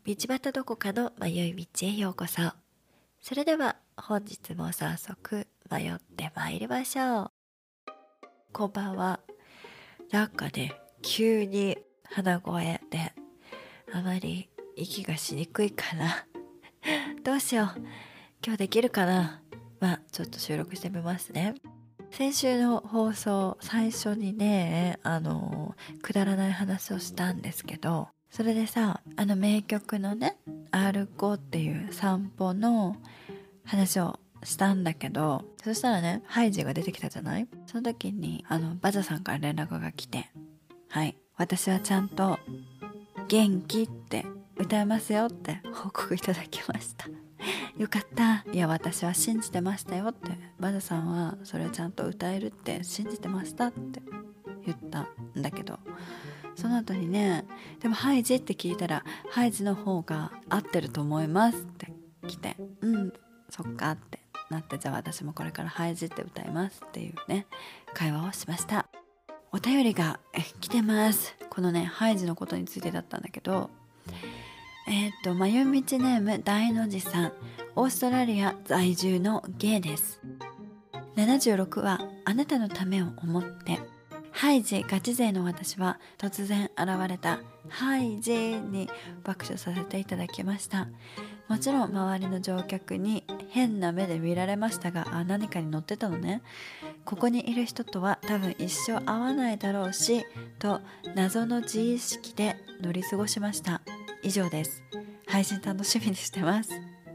道端どこかの迷い道へようこそ。それでは本日も早速迷ってまいりましょう。こんばんは。なんかね、急に鼻声であまり息がしにくいかなどうしよう、今日できるかな。ちょっと収録してみますね。先週の放送最初にね、くだらない話をしたんですけど、それでさ、名曲のね、歩こうっていう散歩の話をしたんだけど、そしたらね、ハイジが出てきたじゃない。その時にバザさんから連絡が来て、はい、私はちゃんと元気って歌いますよって報告いただきましたよかった。いや、私は信じてましたよって、バザさんはそれをちゃんと歌えるって信じてましたって言ったんだけど、その後にね、でもハイジって聞いたらハイジの方が合ってると思いますって来て、そっかってなって、じゃあ私もこれからハイジって歌いますっていうね、会話をしました。お便りが来てます。このね、ハイジのことについてだったんだけど、迷い道ネーム大の字さん、オーストラリア在住のゲイです。76はあなたのためを思って。ハイジガチ勢の私は突然現れたハイジに爆笑させていただきました。もちろん周りの乗客に変な目で見られましたが、何かに乗ってたのね。ここにいる人とは多分一生会わないだろうしと謎の自意識で乗り過ごしました。以上です。配信楽しみにしてます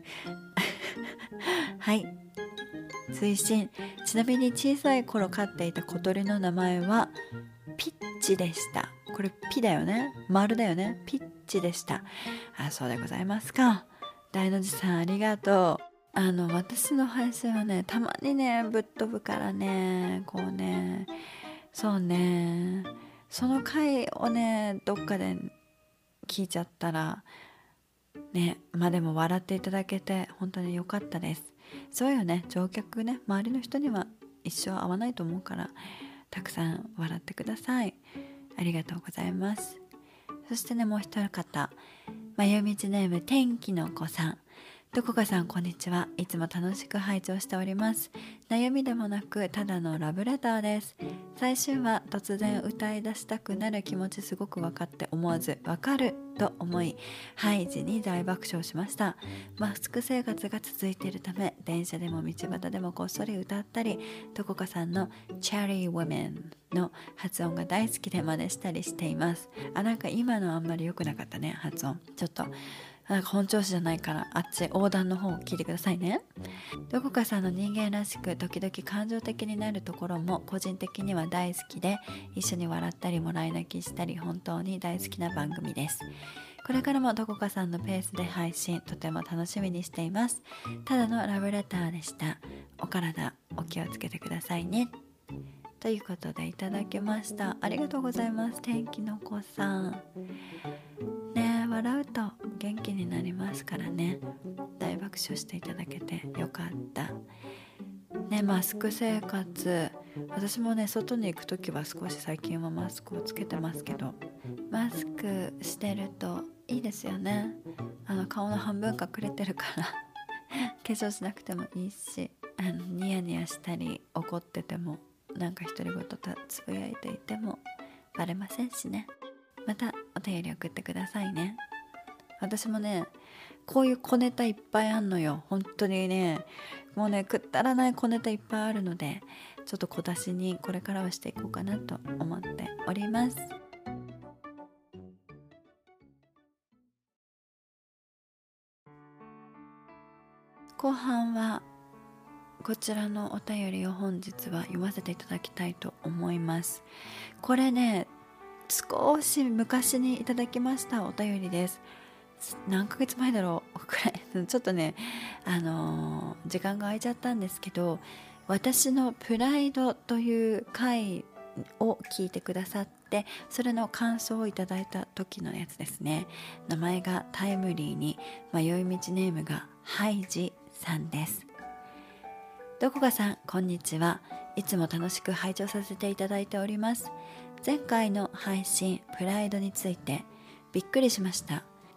はい、推進。ちなみに小さい頃飼っていた小鳥の名前はピッチでした。これピだよね、丸だよね、ピッチでした。そうでございますか。大の字さんありがとう。私の配信はね、たまにねぶっ飛ぶからね、こうね、そうね、その回をねどっかで聞いちゃったらね、でも笑っていただけて本当に良かったです。そうよね、乗客ね、周りの人には一生会わないと思うから、たくさん笑ってください。ありがとうございます。そしてね、もう一方、迷い道ネーム天気の子さん、どこかさんこんにちは。いつも楽しく拝聴しております。悩みでもなくただのラブレターです。最終話突然歌い出したくなる気持ちすごく分かって、思わず分かると思いハイジに大爆笑しました。マスク生活が続いているため、電車でも道端でもこっそり歌ったり、どこかさんのチェリーウォメンの発音が大好きで真似したりしています。なんか今のあんまり良くなかったね、発音。ちょっとなんか本調子じゃないから、あっち横断の方を聞いてくださいね。どこかさんの人間らしく時々感情的になるところも個人的には大好きで、一緒に笑ったりもらい泣きしたり、本当に大好きな番組です。これからもどこかさんのペースで配信、とても楽しみにしています。ただのラブレターでした。お体お気をつけてくださいね、ということでいただきました。ありがとうございます。天気の子さんね、笑うと元気になりますからね。大爆笑していただけてよかったね。マスク生活、私もね外に行くときは少し最近はマスクをつけてますけど、マスクしてるといいですよね。顔の半分隠れてるから化粧しなくてもいいし、ニヤニヤしたり怒ってても、なんか独り言つぶやいていてもバレませんしね。またお便り送ってくださいね。私もね、こういう小ネタいっぱいあんのよ。本当にね、もうね、くったらない小ネタいっぱいあるので、ちょっと小出しにこれからはしていこうかなと思っております。後半はこちらのお便りを本日は読ませていただきたいと思います。これね、少し昔にいただきましたお便りです。何ヶ月前だろうくらいちょっとね、時間が空いちゃったんですけど、私のプライドという回を聞いてくださって、それの感想をいただいた時のやつですね。名前がタイムリーに、迷い道ネームがハイジさんです。どこかさんこんにちは。いつも楽しく拝聴させていただいております。前回の配信プライドについてびっくりしました。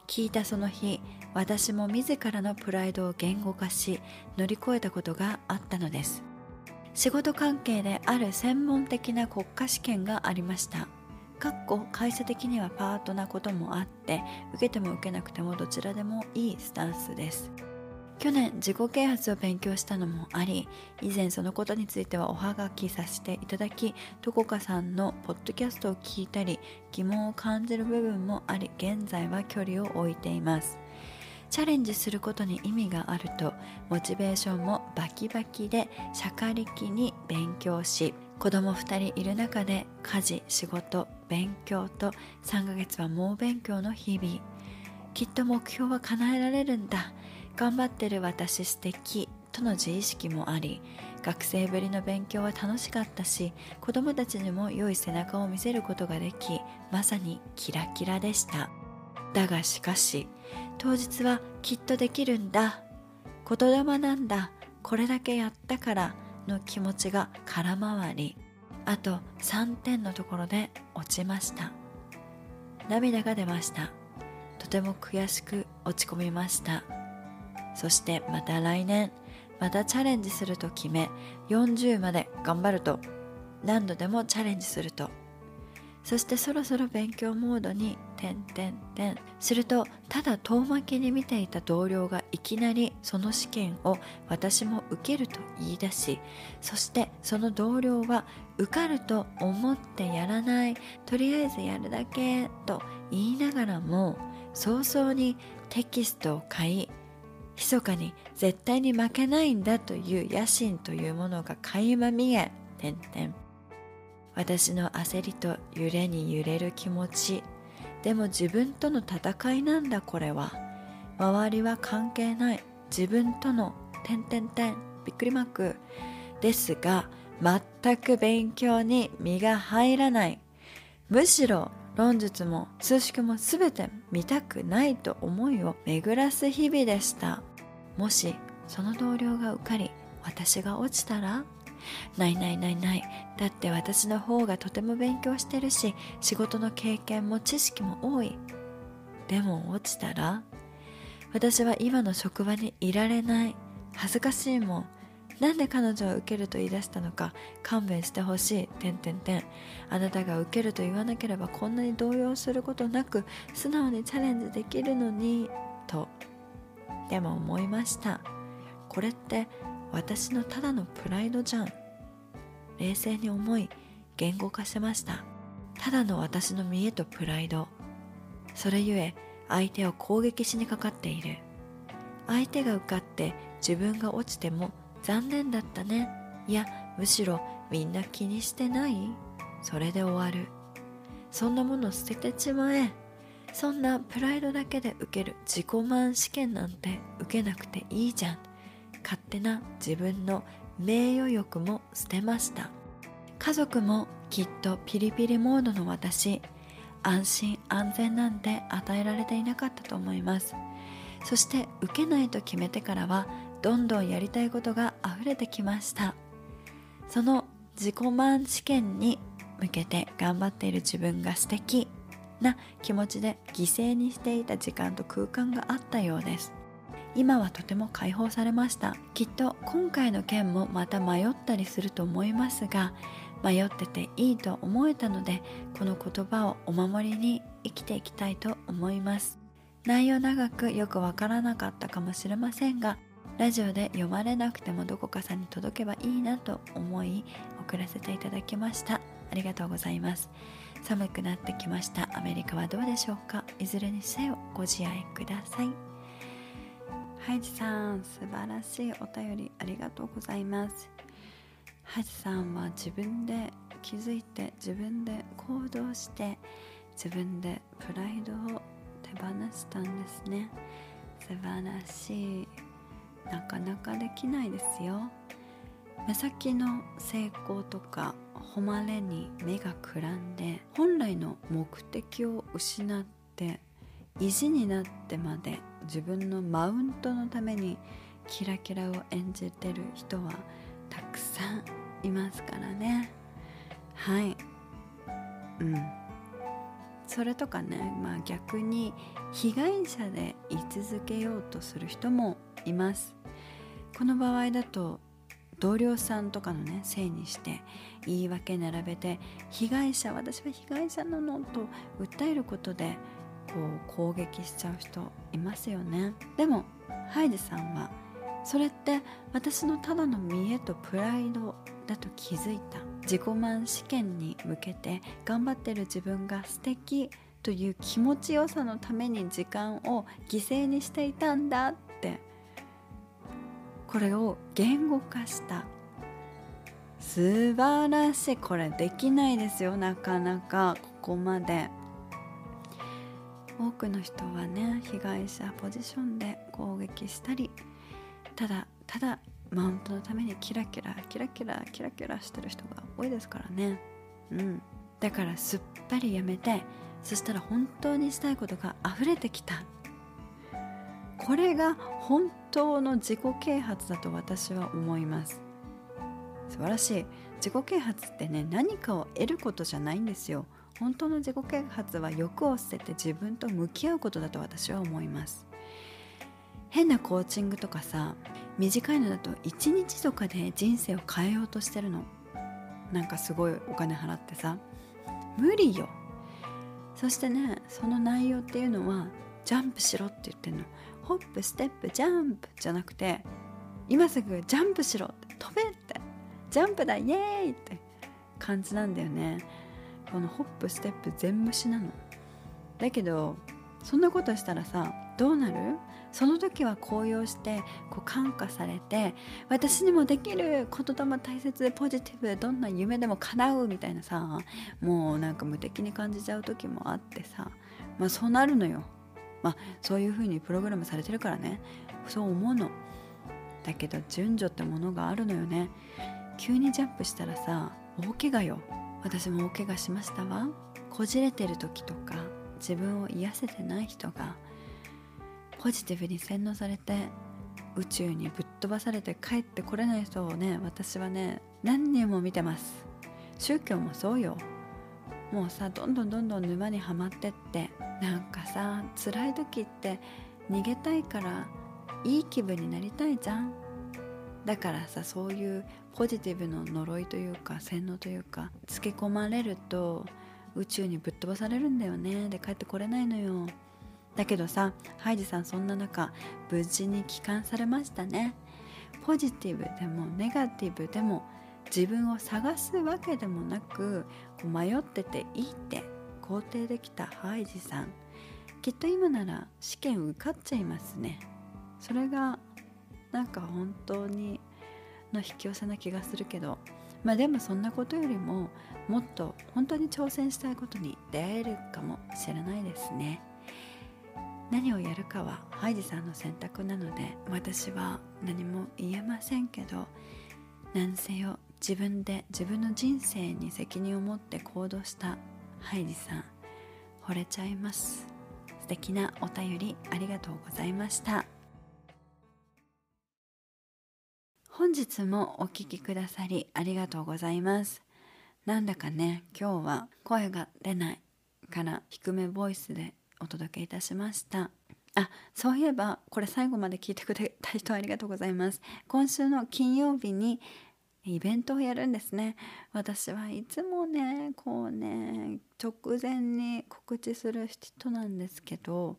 聞いたその日、私も自らのプライドを言語化し乗り越えたことがあったのです。仕事関係である専門的な国家試験がありました。会社的にはパートなこともあって、受けても受けなくてもどちらでもいいスタンスです。去年自己啓発を勉強したのもあり、以前そのことについてはおはがきさせていただき、どこかさんのポッドキャストを聞いたり疑問を感じる部分もあり、現在は距離を置いています。チャレンジすることに意味があると、モチベーションもバキバキでしゃかりきに勉強し、子供2人いる中で家事、仕事、勉強と3ヶ月は猛勉強の日々。きっと目標は叶えられるんだ、頑張ってる私素敵との自意識もあり、学生ぶりの勉強は楽しかったし、子供たちにも良い背中を見せることができ、まさにキラキラでした。だがしかし、当日はきっとできるんだ、言霊なんだ、これだけやったからの気持ちが空回り、あと3点のところで落ちました。涙が出ました。とても悔しく落ち込みました。そしてまた来年、またチャレンジすると決め、40まで頑張ると、何度でもチャレンジすると、そしてそろそろ勉強モードにすると、ただ遠巻きに見ていた同僚がいきなりその試験を私も受けると言い出し、そしてその同僚は受かると思ってやらない、とりあえずやるだけと言いながらも、早々にテキストを買い、密かに絶対に負けないんだという野心というものが垣間見え、私の焦りと揺れに揺れる気持ち。でも自分との戦いなんだ、これは。周りは関係ない。自分とのびっくりマーク。ですが、全く勉強に身が入らない。むしろ論述も数式もすべて見たくないと思いを巡らす日々でした。もしその同僚が受かり、私が落ちたら、ない。だって私の方がとても勉強してるし、仕事の経験も知識も多い。でも落ちたら、私は今の職場にいられない。恥ずかしいもん。なんで彼女は受けると言い出したのか勘弁してほしい。あなたが受けると言わなければこんなに動揺することなく素直にチャレンジできるのにと。でも思いました。これって私のただのプライドじゃん。冷静に思い言語化しました。ただの私の見栄とプライド。それゆえ相手を攻撃しにかかっている。相手が受かって自分が落ちても残念だったね。いや、むしろみんな気にしてない？それで終わる。そんなもの捨ててちまえ。そんなプライドだけで受ける自己満試験なんて受けなくていいじゃん。勝手な自分の名誉欲も捨てました。家族もきっとピリピリモードの私、安心安全なんて与えられていなかったと思います。そして受けないと決めてからはどんどんやりたいことが溢れてきました。その自己満試験に向けて頑張っている自分が素敵な気持ちで犠牲にしていた時間と空間があったようです。今はとても解放されました。きっと今回の件もまた迷ったりすると思いますが、迷ってていいと思えたので、この言葉をお守りに生きていきたいと思います。内容長くよくわからなかったかもしれませんが、ラジオで読まれなくてもどこかさんに届けばいいなと思い送らせていただきました。ありがとうございます。寒くなってきました。アメリカはどうでしょうか。いずれにせよご自愛ください。ハイジさん、素晴らしいお便りありがとうございます。ハイジさんは自分で気づいて、自分で行動して、自分でプライドを手放したんですね。素晴らしい。なかなかできないですよ。目先の成功とか誉れに目がくらんで、本来の目的を失って意地になってまで自分のマウントのためにキラキラを演じてる人はたくさんいますからね。はい、 それとかね、逆に被害者で居続けようとする人もいます。この場合だと同僚さんとかのねせいにして言い訳並べて私は被害者なのと訴えることで攻撃しちゃう人いますよね。でもハイジさんはそれって私のただの見栄とプライドだと気づいた。自己満試験に向けて頑張ってる自分が素敵という気持ちよさのために時間を犠牲にしていたんだって、これを言語化した。素晴らしい。これできないですよ、なかなか。ここまで多くの人はね、被害者ポジションで攻撃したり、ただマウントのためにキラキラしてる人が多いですからね。だからすっぱりやめて、そしたら本当にしたいことが溢れてきた。これが本当の自己啓発だと私は思います。素晴らしい。自己啓発ってね、何かを得ることじゃないんですよ。本当の自己啓発は欲を捨てて自分と向き合うことだと私は思います。変なコーチングとかさ、短いのだと1日とかで人生を変えようとしてるの。なんかすごいお金払ってさ、無理よ。そしてね、その内容っていうのはジャンプしろって言ってんの。ホップステップジャンプじゃなくて、今すぐジャンプしろって、飛べって、ジャンプだイエーイって感じなんだよね。このホップステップ全無視なの。だけどそんなことしたらさ、どうなる？その時は高揚して感化されて、私にもできる、言霊大切、ポジティブ、どんな夢でも叶うみたいなさ、もうなんか無敵に感じちゃう時もあってさ、そうなるのよ。そういう風にプログラムされてるからね、そう思うの。だけど順序ってものがあるのよね。急にジャンプしたらさ、大怪我よ。私も大怪我しましたわ。こじれてる時とか、自分を癒せてない人がポジティブに洗脳されて宇宙にぶっ飛ばされて帰ってこれない人をね、私はね何人も見てます。宗教もそうよ。もうさ、どんどん沼にはまってって、なんかさ、辛い時って逃げたいからいい気分になりたいじゃん。だからさ、そういうポジティブの呪いというか洗脳というかつけ込まれると宇宙にぶっ飛ばされるんだよね。で帰ってこれないのよ。だけどさ、ハイジさんそんな中無事に帰還されましたね。ポジティブでもネガティブでも自分を探すわけでもなく、迷ってていいって肯定できたハイジさん、きっと今なら試験受かっちゃいますね。それがなんか本当にの引き寄せな気がするけど、でもそんなことよりももっと本当に挑戦したいことに出会えるかもしれないですね。何をやるかはハイジさんの選択なので、私は何も言えませんけど、何せよ自分で自分の人生に責任を持って行動したハイジさん、惚れちゃいます。素敵なお便りありがとうございました。本日もお聞きくださりありがとうございます。なんだかね、今日は声が出ないから低めボイスでお届けいたしました。そういえばこれ最後まで聞いてくれた人ありがとうございます。今週の金曜日にイベントをやるんですね。私はいつもね直前に告知する人なんですけど、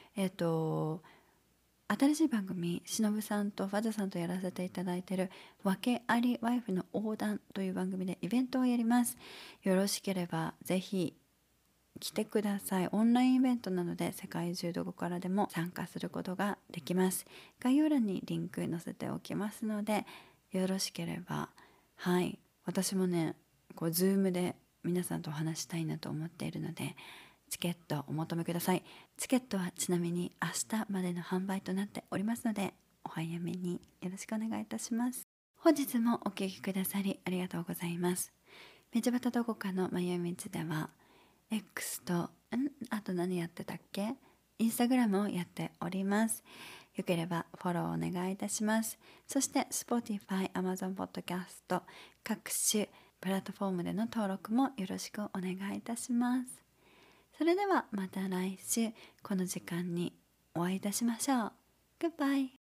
新しい番組、しのぶさんとファザさんとやらせていただいている訳ありワイフの横断という番組でイベントをやります。よろしければぜひ来てください。オンラインイベントなので世界中どこからでも参加することができます。概要欄にリンク載せておきますので、よろしければ、私もねZoom で皆さんとお話したいなと思っているので、チケットお求めください。チケットはちなみに明日までの販売となっておりますので、お早めによろしくお願いいたします。本日もお聞きくださりありがとうございます。道端どこかの迷い道では X とあと何やってたっけ、インスタグラムをやっております。よければフォローお願いいたします。そして Spotify、Amazon Podcast 各種プラットフォームでの登録もよろしくお願いいたします。 それではまた来週この時間にお会いいたしましょう。Goodbye!